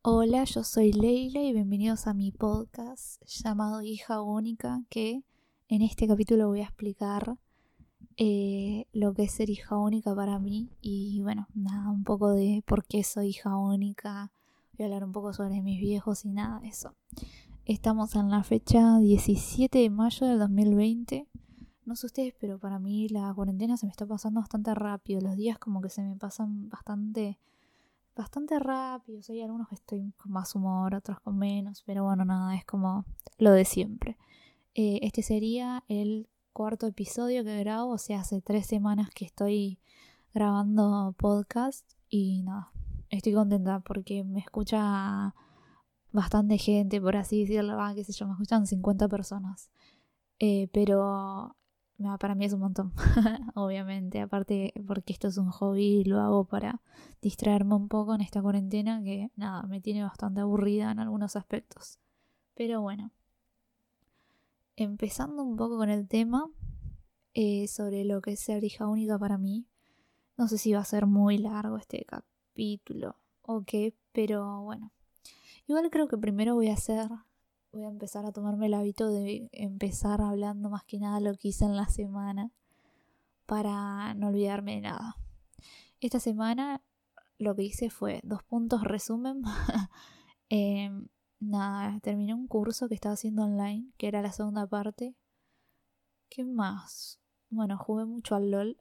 Hola, yo soy Leila y bienvenidos a mi podcast llamado Hija Única, que en este capítulo voy a explicar lo que es ser hija única para mí y bueno, nada, un poco de por qué soy hija única, voy a hablar un poco sobre mis viejos y nada de eso. Estamos en la fecha 17 de mayo del 2020. No sé ustedes, pero para mí la cuarentena se me está pasando bastante rápido, los días como que se me pasan bastante rápidos. Hay algunos que estoy con más humor, otros con menos, pero bueno, nada, es como lo de siempre. Este sería el cuarto episodio que grabo, o sea, hace 3 semanas que estoy grabando podcast y nada, estoy contenta porque me escucha bastante gente, por así decirlo, qué sé yo, me escuchan 50 personas. Pero para mí es un montón, obviamente. Aparte, porque esto es un hobby y lo hago para distraerme un poco en esta cuarentena que, nada, me tiene bastante aburrida en algunos aspectos. Pero bueno, empezando un poco con el tema sobre lo que es ser hija única para mí. No sé si va a ser muy largo este capítulo o qué, pero bueno. Igual creo que primero voy a empezar a tomarme el hábito de empezar hablando más que nada lo que hice en la semana para no olvidarme de nada. Esta semana lo que hice fue 2 puntos resumen. eh, Nada, terminé un curso que estaba haciendo online, que era la segunda parte. ¿Qué más? Bueno, jugué mucho al LOL.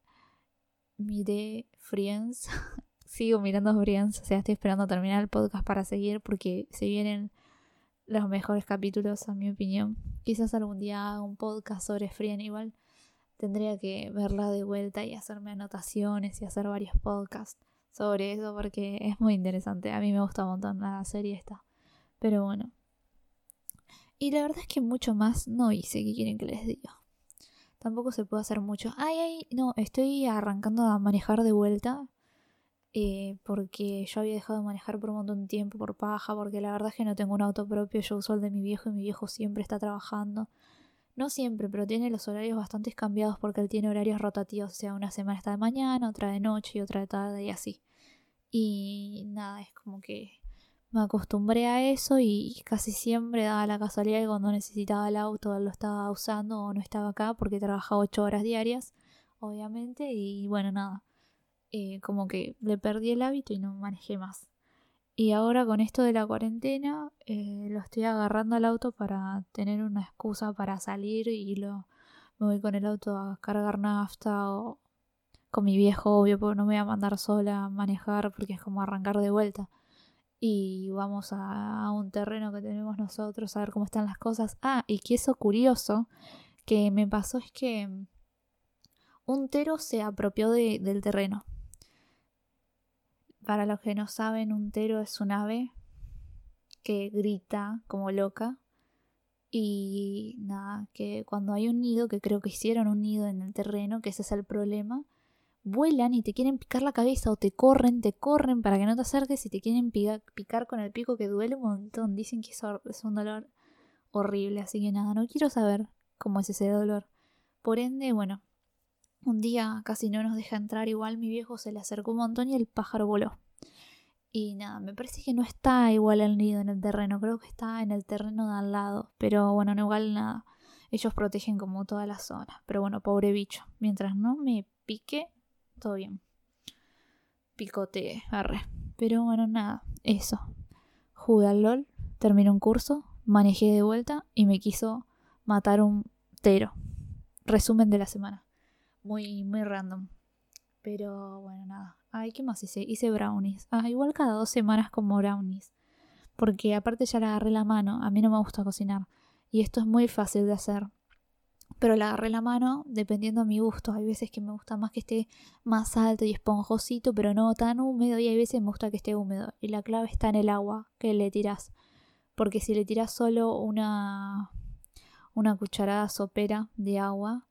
Miré Friends. Sigo mirando Friends. O sea, estoy esperando terminar el podcast para seguir porque se vienen los mejores capítulos, a mi opinión. Quizás algún día haga un podcast sobre Friends. Igual tendría que verla de vuelta y hacerme anotaciones y hacer varios podcasts sobre eso porque es muy interesante. A mí me gusta un montón la serie esta. Pero bueno. Y la verdad es que mucho más no hice. ¿Qué quieren que les diga? Tampoco se puede hacer mucho. No, estoy arrancando a manejar de vuelta. Porque yo había dejado de manejar por un montón de tiempo, por paja, porque la verdad es que no tengo un auto propio. Yo uso el de mi viejo y mi viejo siempre está trabajando. No siempre, pero tiene los horarios bastante cambiados porque él tiene horarios rotativos. O sea, una semana está de mañana, otra de noche y otra de tarde y así. Y nada, es como que me acostumbré a eso y casi siempre daba la casualidad que cuando necesitaba el auto él lo estaba usando o no estaba acá porque trabajaba 8 horas diarias, obviamente. Y bueno, nada, como que le perdí el hábito y no manejé más. Y ahora con esto de la cuarentena, lo estoy agarrando al auto para tener una excusa para salir me voy con el auto a cargar nafta o con mi viejo, obvio, porque no me voy a mandar sola a manejar porque es como arrancar de vuelta. Y vamos a un terreno que tenemos nosotros a ver cómo están las cosas. Y que eso curioso que me pasó es que un tero se apropió del terreno. Para los que no saben, un tero es un ave que grita como loca. Y nada, que cuando hay un nido, que creo que hicieron un nido en el terreno, que ese es el problema, vuelan y te quieren picar la cabeza o te corren para que no te acerques y te quieren picar con el pico que duele un montón. Dicen que es un dolor horrible, así que nada, no quiero saber cómo es ese dolor. Por ende, bueno, un día casi no nos deja entrar, igual mi viejo se le acercó un montón y el pájaro voló. Y nada, me parece que no está igual el nido en el terreno, creo que está en el terreno de al lado. Pero bueno, no igual nada. Ellos protegen como toda la zona. Pero bueno, pobre bicho. Mientras no me pique, todo bien. Picote, arre. Pero bueno, nada, eso. Jugué al LOL, terminé un curso, manejé de vuelta y me quiso matar un tero. Resumen de la semana. Muy, muy random. Pero bueno, nada. ¿Qué más hice? Hice brownies. Igual cada 2 semanas como brownies. Porque aparte ya le agarré la mano. A mí no me gusta cocinar. Y esto es muy fácil de hacer. Pero le agarré la mano dependiendo a mi gusto. Hay veces que me gusta más que esté más alto y esponjosito, pero no tan húmedo. Y hay veces me gusta que esté húmedo. Y la clave está en el agua que le tirás. Porque si le tirás solo una cucharada sopera de agua,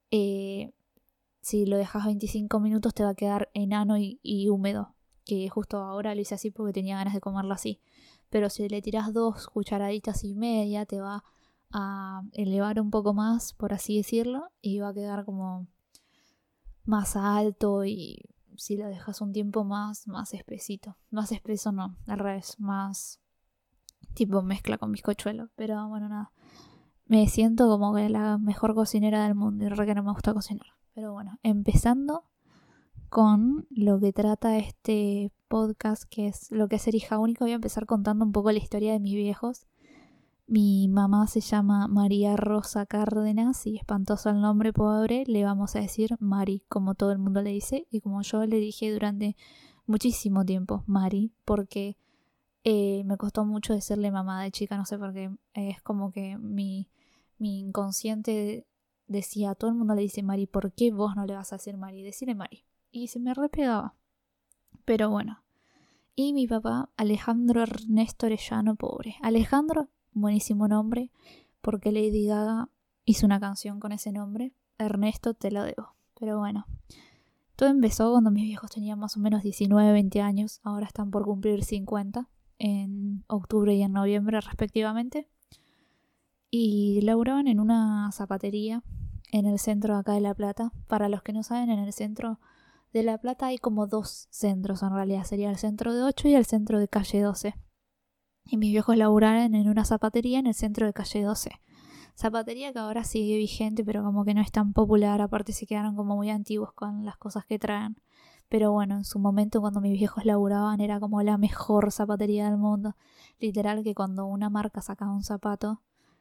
si lo dejas 25 minutos te va a quedar enano y húmedo. Que justo ahora lo hice así porque tenía ganas de comerlo así. Pero si le tiras 2 cucharaditas y media te va a elevar un poco más, por así decirlo, y va a quedar como más alto y si lo dejas un tiempo más espesito. Más espeso no, al revés, más tipo mezcla con bizcochuelo. Pero bueno, nada. Me siento como que la mejor cocinera del mundo y re que no me gusta cocinar. Pero bueno, empezando con lo que trata este podcast, que es lo que es ser hija única. Voy a empezar contando un poco la historia de mis viejos. Mi mamá se llama María Rosa Cárdenas y espantoso el nombre, pobre, le vamos a decir Mari, como todo el mundo le dice, y como yo le dije durante muchísimo tiempo, Mari, porque me costó mucho decirle mamá de chica, no sé por qué, es como que mi inconsciente decía, todo el mundo le dice Mari, ¿por qué vos no le vas a decir Mari? Decirle Mari. Y se me repegaba. Pero bueno. Y mi papá, Alejandro Ernesto Orellano, pobre. Alejandro, buenísimo nombre, porque Lady Gaga hizo una canción con ese nombre. Ernesto, te lo debo. Pero bueno. Todo empezó cuando mis viejos tenían más o menos 19, 20 años. Ahora están por cumplir 50. En octubre y en noviembre respectivamente. Y laburaban en una zapatería en el centro de acá de La Plata. Para los que no saben, en el centro de La Plata hay como dos centros en realidad. Sería el centro de 8 y el centro de calle 12. Y mis viejos laburaban en una zapatería en el centro de calle 12. Zapatería que ahora sigue vigente, pero como que no es tan popular. Aparte se quedaron como muy antiguos con las cosas que traen. Pero bueno, en su momento cuando mis viejos laburaban era como la mejor zapatería del mundo. Literal que cuando una marca sacaba un zapato,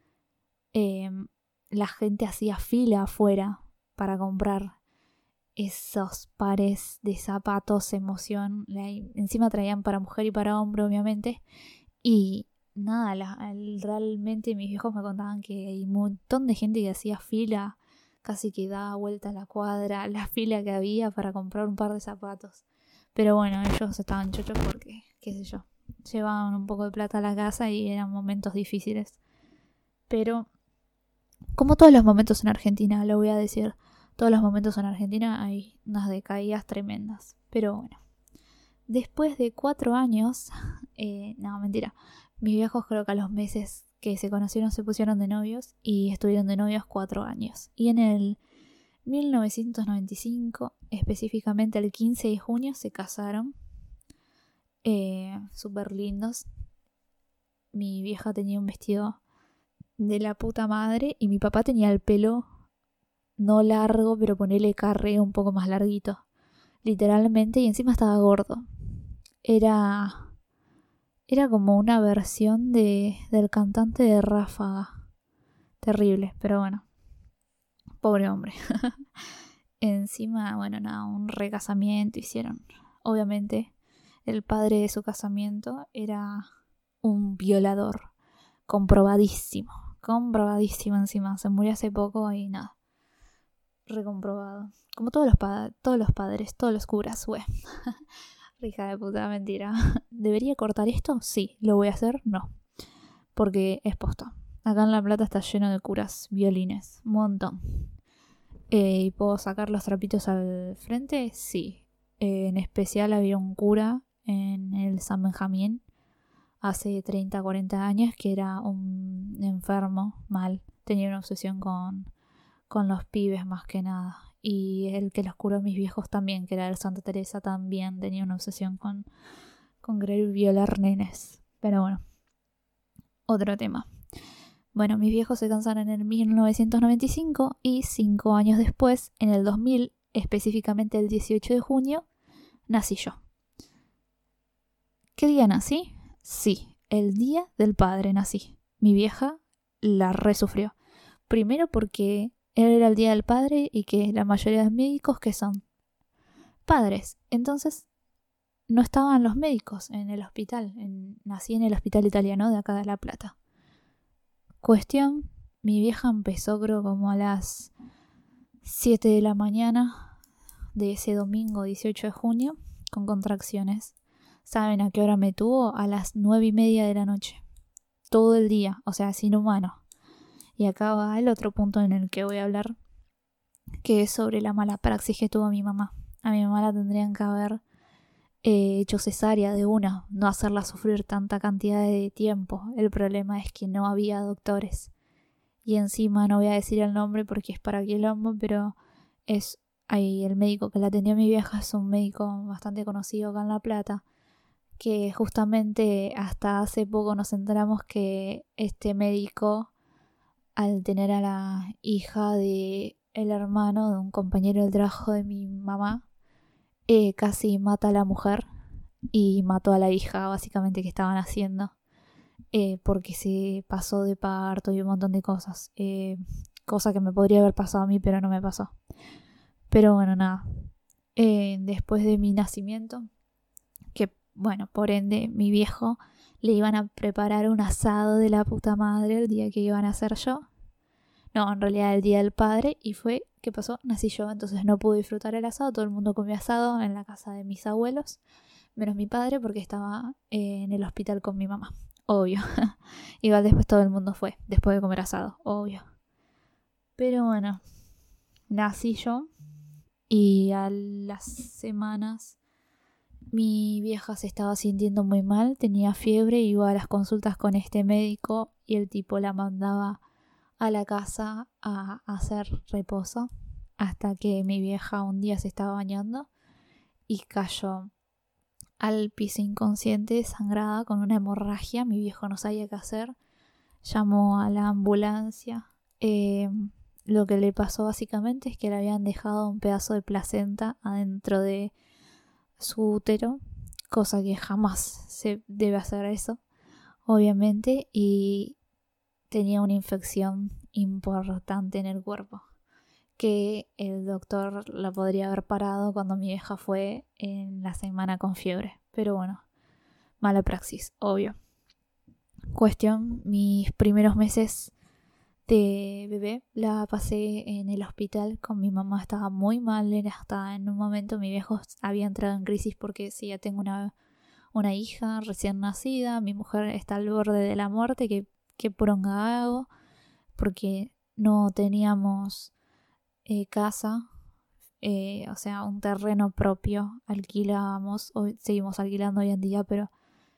la gente hacía fila afuera para comprar esos pares de zapatos, emoción. Encima traían para mujer y para hombre, obviamente. Y nada, realmente mis viejos me contaban que hay un montón de gente que hacía fila, casi que daba vuelta a la cuadra, la fila que había para comprar un par de zapatos. Pero bueno, ellos estaban chochos porque, qué sé yo, llevaban un poco de plata a la casa y eran momentos difíciles. Pero, como todos los momentos en Argentina, lo voy a decir, todos los momentos en Argentina hay unas decaídas tremendas. Pero bueno, después de 4 años, no, mentira, mis viejos creo que a los meses que se conocieron se pusieron de novios y estuvieron de novios 4 años. Y en el 1995, específicamente el 15 de junio, se casaron. Súper lindos. Mi vieja tenía un vestido de la puta madre y mi papá tenía el pelo no largo, pero ponele carré un poco más larguito. Literalmente, y encima estaba gordo. Era como una versión del cantante de Ráfaga. Terrible, pero bueno. Pobre hombre. Encima, bueno, nada, un recasamiento hicieron. Obviamente, el padre de su casamiento era un violador. Comprobadísimo encima. Se murió hace poco y nada. Recomprobado. Como todos los padres, todos los curas, güey. Hija de puta, mentira. ¿Debería cortar esto? Sí. ¿Lo voy a hacer? No. Porque es posta. Acá en La Plata está lleno de curas, violines. Un montón. ¿Y puedo sacar los trapitos al frente? Sí. En especial había un cura en el San Benjamín hace 30, 40 años que era un enfermo mal. Tenía una obsesión con los pibes más que nada. Y el que los curó a mis viejos también, que era el Santa Teresa, también tenía una obsesión con querer violar nenes. Pero bueno, otro tema. Bueno, mis viejos se casaron en el 1995 y 5 años después, en el 2000, específicamente el 18 de junio, nací yo. ¿Qué día nací? Sí, el día del padre nací. Mi vieja la resufrió. Primero porque era el día del padre y que la mayoría de médicos que son padres. Entonces no estaban los médicos en el hospital. Nací en el hospital italiano de acá de La Plata. Cuestión, mi vieja empezó creo como a las 7 de la mañana de ese domingo 18 de junio con contracciones. ¿Saben a qué hora me tuvo? A las 9:30 de la noche. Todo el día, o sea, sin humano. Y acá va el otro punto en el que voy a hablar, que es sobre la mala praxis que tuvo mi mamá. A mi mamá la tendrían que haber hecho cesárea de una, no hacerla sufrir tanta cantidad de tiempo. El problema es que no había doctores. Y encima no voy a decir el nombre porque es para quilombo, pero es ahí el médico que la atendió a mi vieja es un médico bastante conocido acá en La Plata, que justamente hasta hace poco nos enteramos que este médico, al tener a la hija de el hermano de un compañero del trabajo de mi mamá, casi mata a la mujer y mató a la hija básicamente que estaban haciendo, porque se pasó de parto y un montón de cosas, cosa que me podría haber pasado a mí pero no me pasó. Pero bueno, nada, después de mi nacimiento, que bueno, por ende mi viejo le iban a preparar un asado de la puta madre el día que iban a nacer yo. No, en realidad el día del padre. Y fue, ¿qué pasó? Nací yo, entonces no pude disfrutar el asado. Todo el mundo comió asado en la casa de mis abuelos, menos mi padre porque estaba en el hospital con mi mamá. Obvio. Igual después todo el mundo fue, después de comer asado, obvio. Pero bueno, nací yo y a las semanas mi vieja se estaba sintiendo muy mal, tenía fiebre, iba a las consultas con este médico y el tipo la mandaba a la casa a hacer reposo hasta que mi vieja un día se estaba bañando y cayó al piso inconsciente, sangrada, con una hemorragia. Mi viejo no sabía qué hacer, llamó a la ambulancia. Lo que le pasó básicamente es que le habían dejado un pedazo de placenta adentro de su útero, cosa que jamás se debe hacer eso, obviamente, y tenía una infección importante en el cuerpo que el doctor la podría haber parado cuando mi vieja fue en la semana con fiebre, pero bueno, mala praxis, obvio. Cuestión, mis primeros meses de bebé la pasé en el hospital con mi mamá, estaba muy mal, hasta en un momento mi viejo había entrado en crisis porque sí, ya tengo una hija recién nacida, mi mujer está al borde de la muerte, ¿qué poronga hago? Porque no teníamos casa, o sea, un terreno propio, alquilábamos, hoy seguimos alquilando hoy en día, pero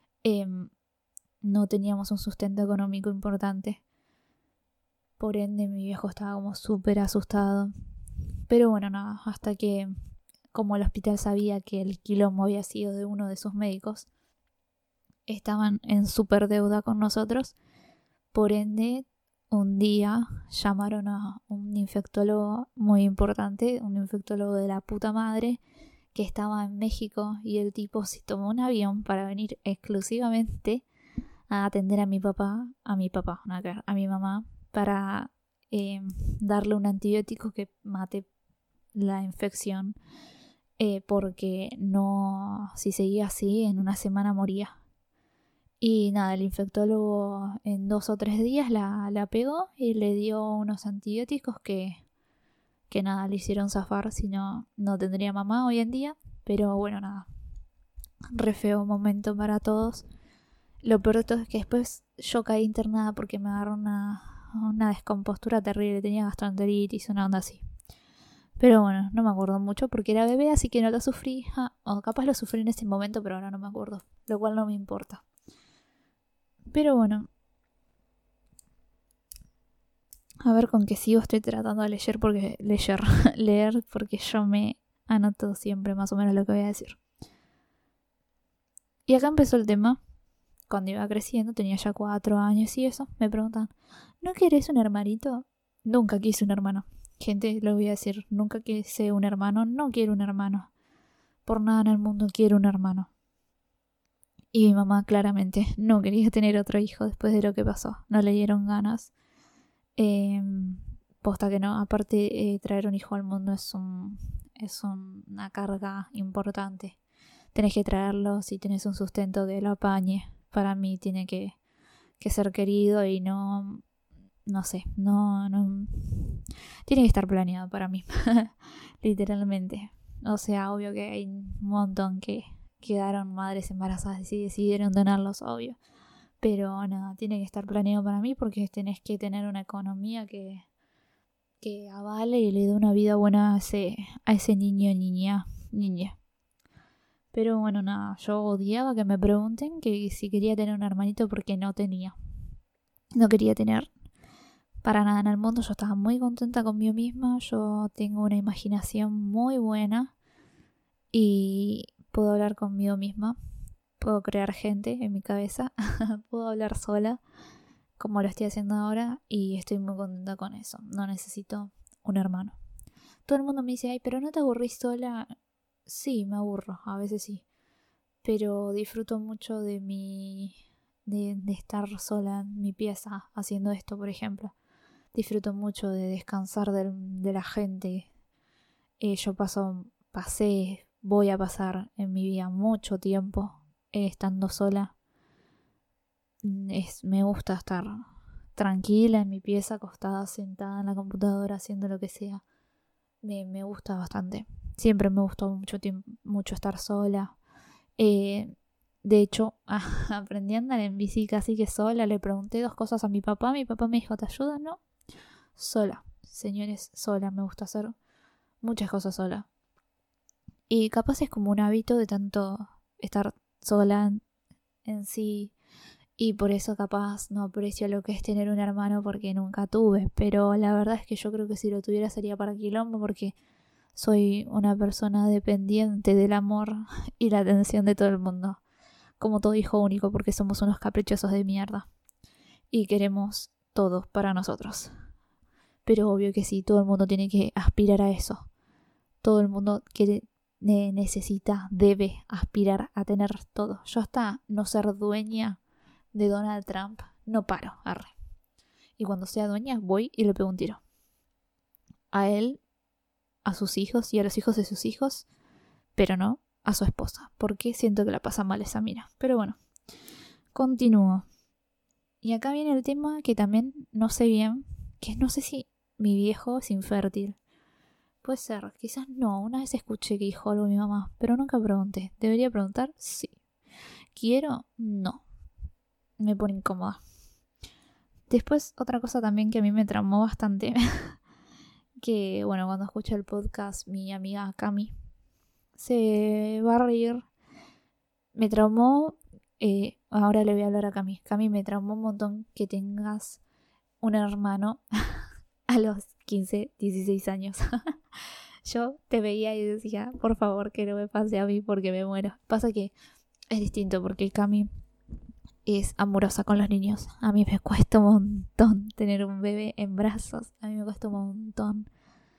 no teníamos un sustento económico importante. Por ende mi viejo estaba como súper asustado. Pero bueno, nada, hasta que como el hospital sabía que el quilombo había sido de uno de sus médicos, estaban en súper deuda con nosotros. Por ende, un día llamaron a un infectólogo muy importante, un infectólogo de la puta madre, que estaba en México, y el tipo se tomó un avión para venir exclusivamente a atender a mi papá, a mi mamá, para darle un antibiótico que mate la infección, porque no, si seguía así, en una semana moría. Y nada, el infectólogo en 2 o 3 días la pegó y le dio unos antibióticos que nada, le hicieron zafar, si no, no tendría mamá hoy en día. Pero bueno, nada, re feo momento para todos. Lo peor de todo es que después yo caí internada porque me agarró una descompostura terrible, tenía gastroenteritis, una onda así. Pero bueno, no me acuerdo mucho porque era bebé, así que no lo sufrí. O capaz lo sufrí en ese momento, pero ahora no me acuerdo, lo cual no me importa. Pero bueno, a ver con qué sigo. Estoy tratando de leer porque yo me anoto siempre más o menos lo que voy a decir. Y acá empezó el tema. Cuando iba creciendo, tenía ya 4 años y eso, me preguntan, ¿no querés un hermanito? Nunca quise un hermano. Gente, lo voy a decir, nunca quise un hermano, no quiero un hermano. Por nada en el mundo quiero un hermano. Y mi mamá claramente no quería tener otro hijo después de lo que pasó. No le dieron ganas. Posta que no. Aparte, traer un hijo al mundo es una carga importante. Tenés que traerlo si tenés un sustento que lo apañe. Para mí tiene que ser querido y no sé, no tiene que estar planeado para mí. Literalmente. O sea, obvio que hay un montón que quedaron madres embarazadas y decidieron tenerlos, obvio. Pero nada, tiene que estar planeado para mí porque tenés que tener una economía que avale y le dé una vida buena a ese niño, niña. Pero bueno, nada, yo odiaba que me pregunten que si quería tener un hermanito porque no tenía. No quería tener. para nada en el mundo. Yo estaba muy contenta conmigo misma. Yo tengo una imaginación muy buena y puedo hablar conmigo misma. Puedo crear gente en mi cabeza. Puedo hablar sola, como lo estoy haciendo ahora, y estoy muy contenta con eso. No necesito un hermano. Todo el mundo me dice, ay, pero ¿no te aburrís sola? Sí, me aburro, a veces sí. Pero disfruto mucho de estar sola en mi pieza haciendo esto, por ejemplo. Disfruto mucho de descansar de la gente. Yo voy a pasar en mi vida mucho tiempo estando sola. Me gusta estar tranquila en mi pieza, acostada, sentada en la computadora, haciendo lo que sea. Me gusta bastante. Siempre me gustó mucho estar sola. De hecho, aprendí a andar en bici casi que sola. Le pregunté 2 cosas a mi papá. Mi papá me dijo, ¿te ayuda? No. Sola. Señores, sola. Me gusta hacer muchas cosas sola. Y capaz es como un hábito de tanto estar sola en sí. Y por eso capaz no aprecio lo que es tener un hermano porque nunca tuve. Pero la verdad es que yo creo que si lo tuviera sería para quilombo porque soy una persona dependiente del amor y la atención de todo el mundo. Como todo hijo único porque somos unos caprichosos de mierda. Y queremos todo para nosotros. Pero obvio que sí, todo el mundo tiene que aspirar a eso. Todo el mundo necesita, debe aspirar a tener todo. Yo hasta no ser dueña de Donald Trump no paro, arre. Y cuando sea dueña voy y le pego un tiro. A él, a sus hijos y a los hijos de sus hijos, pero no a su esposa, porque siento que la pasa mal esa mina. Pero bueno, continúo. Y acá viene el tema que también no sé bien, que no sé si mi viejo es infértil. Puede ser, quizás no. Una vez escuché que dijo algo mi mamá, pero nunca pregunté. ¿Debería preguntar? Sí. ¿Quiero? No. Me pone incómoda. Después, otra cosa también que a mí me traumó bastante, que bueno, cuando escuché el podcast, mi amiga Cami se va a reír. Me traumó, ahora le voy a hablar a Cami. Cami, me traumó un montón que tengas un hermano a los 15, 16 años. Yo te veía y decía, por favor, que no me pase a mí porque me muero. Pasa que es distinto porque Cami es amorosa con los niños. A mí me cuesta un montón tener un bebé en brazos. A mí me cuesta un montón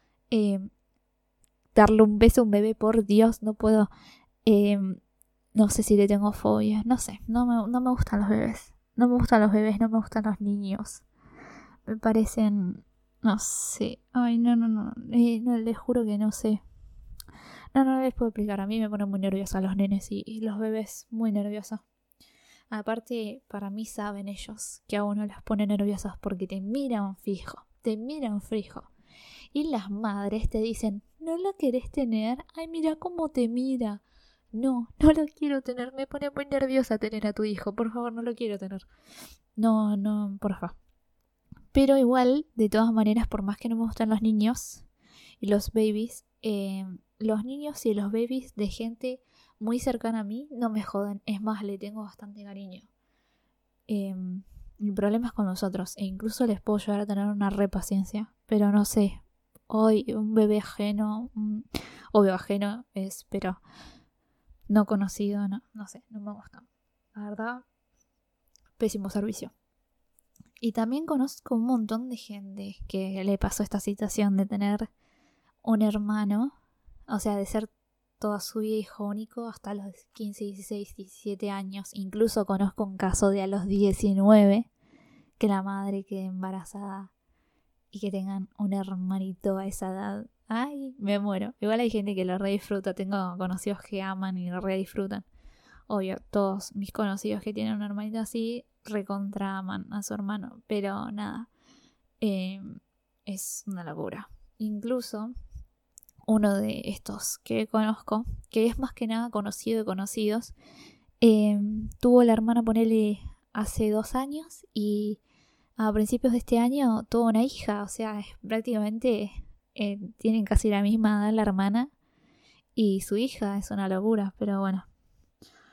darle un beso a un bebé, por Dios, no puedo. No sé si le tengo fobia, no sé, no me gustan los bebés. No me gustan los bebés, no me gustan los niños. Me parecen, no sé. Ay, no, les juro que no sé. No les puedo explicar. A mí me ponen muy nerviosa los nenes y los bebés muy nerviosa. Aparte, para mí saben ellos que a uno las pone nerviosas porque te miran fijo. Y las madres te dicen, ¿no lo querés tener? Ay, mira cómo te mira. No lo quiero tener. Me pone muy nerviosa tener a tu hijo. Por favor, no lo quiero tener. No, por favor. Pero igual, de todas maneras, por más que no me gustan los niños y los babies, los niños y los babies de gente muy cercana a mí no me joden. Es más, le tengo bastante cariño. El problema es con los otros. E incluso les puedo llegar a tener una repaciencia. Pero no sé. Hoy un bebé ajeno. Obvio ajeno es, pero no conocido, no sé, no me gusta. La verdad, pésimo servicio. Y también conozco un montón de gente que le pasó esta situación de tener un hermano, o sea, de ser toda su vida hijo único hasta los 15, 16, 17 años. Incluso conozco un caso de a los 19 que la madre quede embarazada y que tengan un hermanito a esa edad. Ay, me muero. Igual hay gente que lo re disfruta. Tengo conocidos que aman y lo re disfrutan. Obvio, todos mis conocidos que tienen un hermanito así recontra aman a su hermano. Pero nada, es una locura. Incluso uno de estos que conozco, que es más que nada conocido de conocidos, tuvo la hermana, ponele, hace 2 años y a principios de este año tuvo una hija. O sea, prácticamente tienen casi la misma edad la hermana y su hija. Es una locura, pero bueno.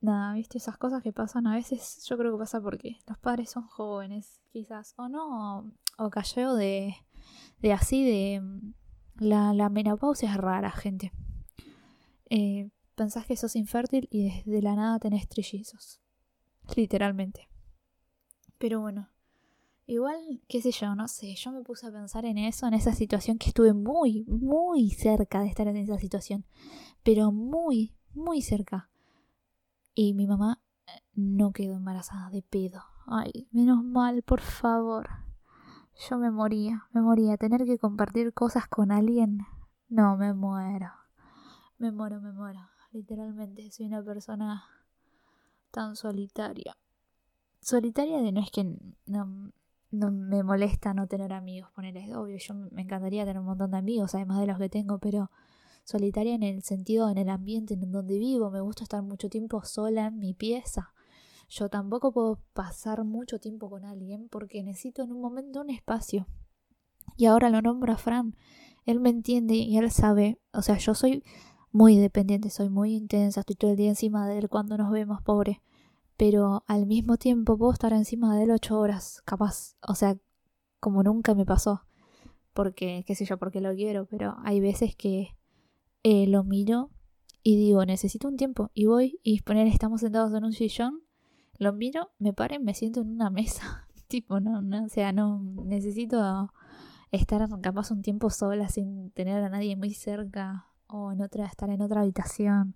nada, viste, esas cosas que pasan a veces, yo creo que pasa porque los padres son jóvenes, quizás, o no, o cayó de así, de la menopausia es rara, gente. Pensás que sos infértil y desde la nada tenés trillizos, literalmente. Pero bueno, igual, qué sé yo, no sé, yo me puse a pensar en eso, en esa situación que estuve muy, muy cerca de estar en esa situación, pero muy, muy cerca. Y mi mamá no quedó embarazada de pedo. Ay, menos mal, por favor. Yo me moría. Tener que compartir cosas con alguien. No, me muero. Me muero. Literalmente, soy una persona tan solitaria. Solitaria de no es que no me molesta no tener amigos, ponerles, obvio, yo me encantaría tener un montón de amigos, además de los que tengo, pero solitaria en el sentido, en el ambiente en donde vivo, me gusta estar mucho tiempo sola en mi pieza. Yo tampoco puedo pasar mucho tiempo con alguien porque necesito en un momento un espacio. Y ahora lo nombro a Fran, él me entiende y él sabe, o sea, yo soy muy dependiente, soy muy intensa, estoy todo el día encima de él cuando nos vemos, pobre. Pero al mismo tiempo puedo estar encima de él 8 horas, capaz. O sea, como nunca me pasó. Porque, qué sé yo, porque lo quiero. Pero hay veces que lo miro y digo, necesito un tiempo. Y voy y estamos sentados en un sillón. Lo miro, me paro y me siento en una mesa. Tipo, no, o sea, no necesito estar capaz un tiempo sola sin tener a nadie muy cerca. O estar en otra habitación.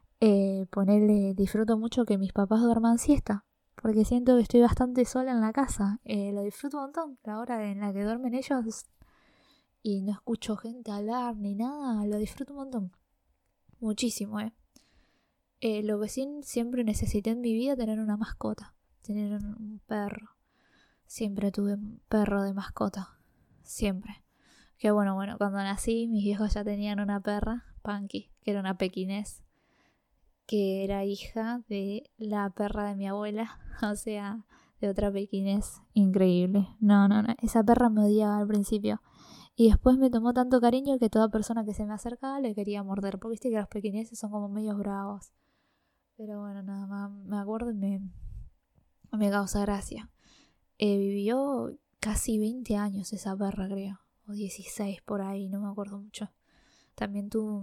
Disfruto mucho que mis papás duerman siesta, porque siento que estoy bastante sola en la casa. Lo disfruto un montón, la hora en la que duermen ellos y no escucho gente hablar ni nada, lo disfruto un montón. Muchísimo, lo que sí siempre necesité en mi vida tener una mascota, tener un perro. Siempre tuve un perro de mascota, siempre. Que bueno, cuando nací mis viejos ya tenían una perra, Punky, que era una pequinés, que era hija de la perra de mi abuela, o sea, de otra pequinés increíble. No, esa perra me odiaba al principio. Y después me tomó tanto cariño que toda persona que se me acercaba le quería morder, porque viste que los pequineses son como medios bravos. Pero bueno, nada más me acuerdo y me causa gracia. Vivió casi 20 años esa perra, creo, o 16 por ahí, no me acuerdo mucho. También tuvo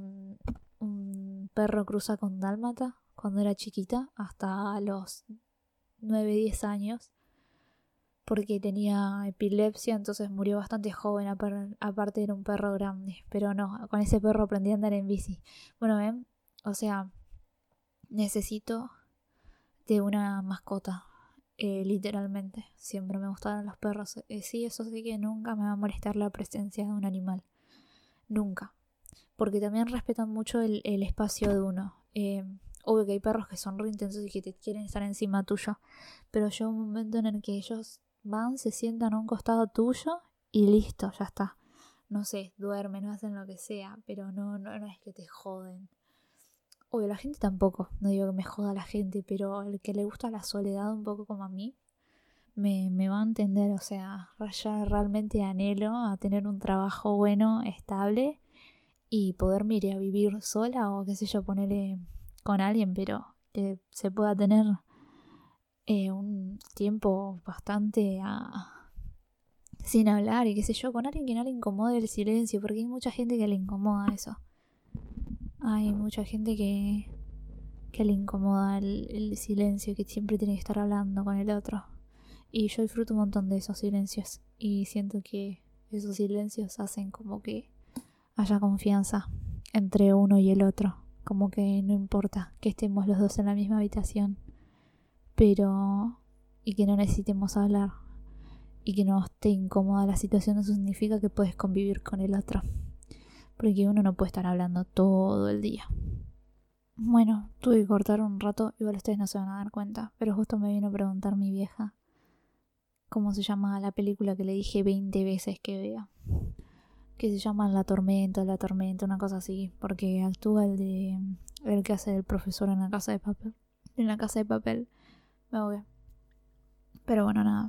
un perro cruza con dálmata cuando era chiquita, hasta los 9-10 años, porque tenía epilepsia, entonces murió bastante joven, aparte era un perro grande, pero no, con ese perro aprendí a andar en bici. Bueno, ven, o sea, necesito de una mascota, literalmente, siempre me gustaron los perros, sí, eso sí que nunca me va a molestar la presencia de un animal, nunca. Porque también respetan mucho el espacio de uno. Obvio que hay perros que son re intensos y que te quieren estar encima tuyo, pero llega un momento en el que ellos van, se sientan a un costado tuyo y listo, ya está. No sé, duermen, hacen lo que sea, pero no es que te joden. Obvio, la gente tampoco, no digo que me joda la gente, pero el que le gusta la soledad un poco como a mí, me va a entender, o sea, ya realmente anhelo a tener un trabajo bueno, estable, y poderme ir a vivir sola o qué sé yo, ponerle con alguien, pero que se pueda tener un tiempo bastante sin hablar y qué sé yo, con alguien que no le incomode el silencio, porque hay mucha gente que le incomoda eso. Hay mucha gente que le incomoda el silencio, que siempre tiene que estar hablando con el otro. Y yo disfruto un montón de esos silencios y siento que esos silencios hacen como que haya confianza entre uno y el otro, como que no importa que estemos los dos en la misma habitación, pero y que no necesitemos hablar y que no esté incómoda la situación, eso significa que puedes convivir con el otro, porque uno no puede estar hablando todo el día. Bueno, tuve que cortar un rato, igual ustedes no se van a dar cuenta, pero justo me vino a preguntar mi vieja cómo se llama la película que le dije 20 veces que vea, que se llama La Tormenta, una cosa así, porque actúa el que hace el profesor en La Casa de Papel. En La Casa de Papel, me voy. Pero bueno, nada.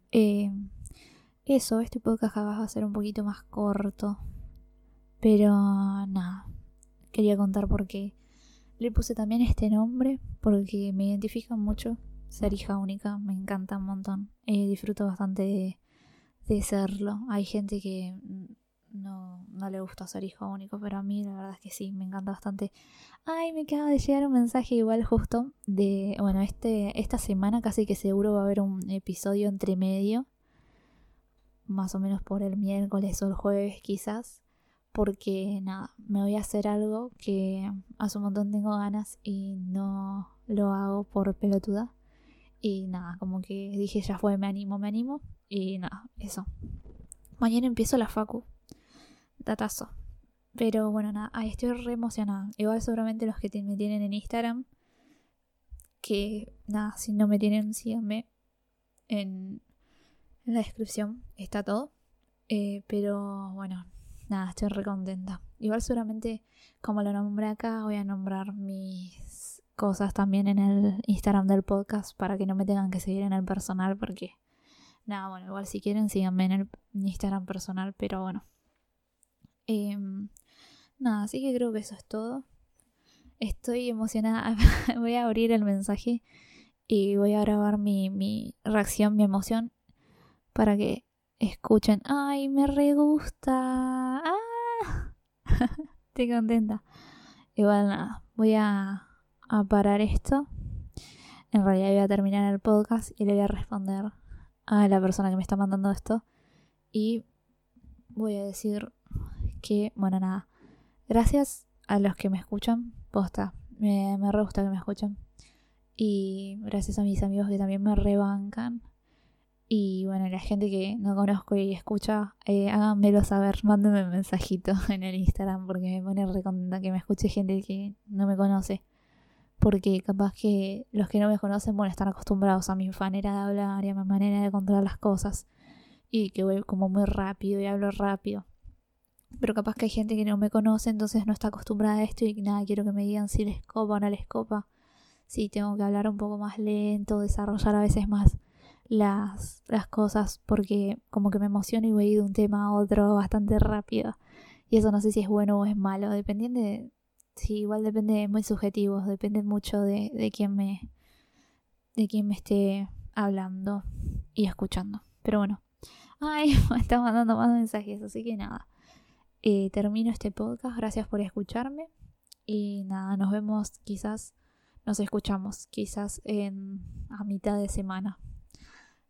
Eso, este podcast va a ser un poquito más corto, pero nada. Quería contar porque Le puse también este nombre porque me identifica mucho ser hija única, me encanta un montón. Disfruto bastante de serlo. Hay gente que no le gusta ser hijo único, pero a mí la verdad es que sí, me encanta bastante. Ay, me acaba de llegar un mensaje igual justo de, bueno, esta semana casi que seguro va a haber un episodio entre medio, más o menos por el miércoles o el jueves quizás, porque nada, me voy a hacer algo que hace un montón tengo ganas y no lo hago por pelotuda. Y nada, como que dije ya fue, me animo y nada, eso. Mañana empiezo la facu, datazo. Pero bueno, nada, estoy re emocionada. Igual seguramente los que me tienen en Instagram, que nada, si no me tienen, síganme en la descripción, está todo. Pero bueno, nada, estoy re contenta. Igual seguramente, como lo nombré acá, voy a nombrar mis cosas también en el Instagram del podcast para que no me tengan que seguir en el personal porque... Nada, bueno, igual si quieren síganme en el Instagram personal, pero bueno. Nada, así que creo que eso es todo. Estoy emocionada. Voy a abrir el mensaje y voy a grabar mi reacción, mi emoción, para que escuchen. ¡Ay, me re gusta! ¡Ah! Estoy contenta. Igual nada, voy a parar esto. En realidad voy a terminar el podcast y le voy a responder a la persona que me está mandando esto. Y voy a decir que, bueno, nada. Gracias a los que me escuchan. Posta, me re gusta que me escuchen. Y gracias a mis amigos que también me rebancan. Y bueno, la gente que no conozco y escucha, háganmelo saber, mándenme un mensajito en el Instagram porque me pone re contenta que me escuche gente que no me conoce. Porque capaz que los que no me conocen, bueno, están acostumbrados a mi manera de hablar y a mi manera de contar las cosas. Y que voy como muy rápido y hablo rápido. Pero capaz que hay gente que no me conoce, entonces no está acostumbrada a esto y nada, quiero que me digan si les copa o no les copa. Si tengo que hablar un poco más lento, desarrollar a veces más las cosas, porque como que me emociono y voy de un tema a otro bastante rápido. Y eso no sé si es bueno o es malo, dependiendo de... Sí, igual depende, muy subjetivo, depende mucho de quién me esté hablando y escuchando. Pero bueno. Ay, me está mandando más mensajes, así que nada. Termino este podcast, gracias por escucharme. Y nada, nos vemos quizás, nos escuchamos quizás a mitad de semana.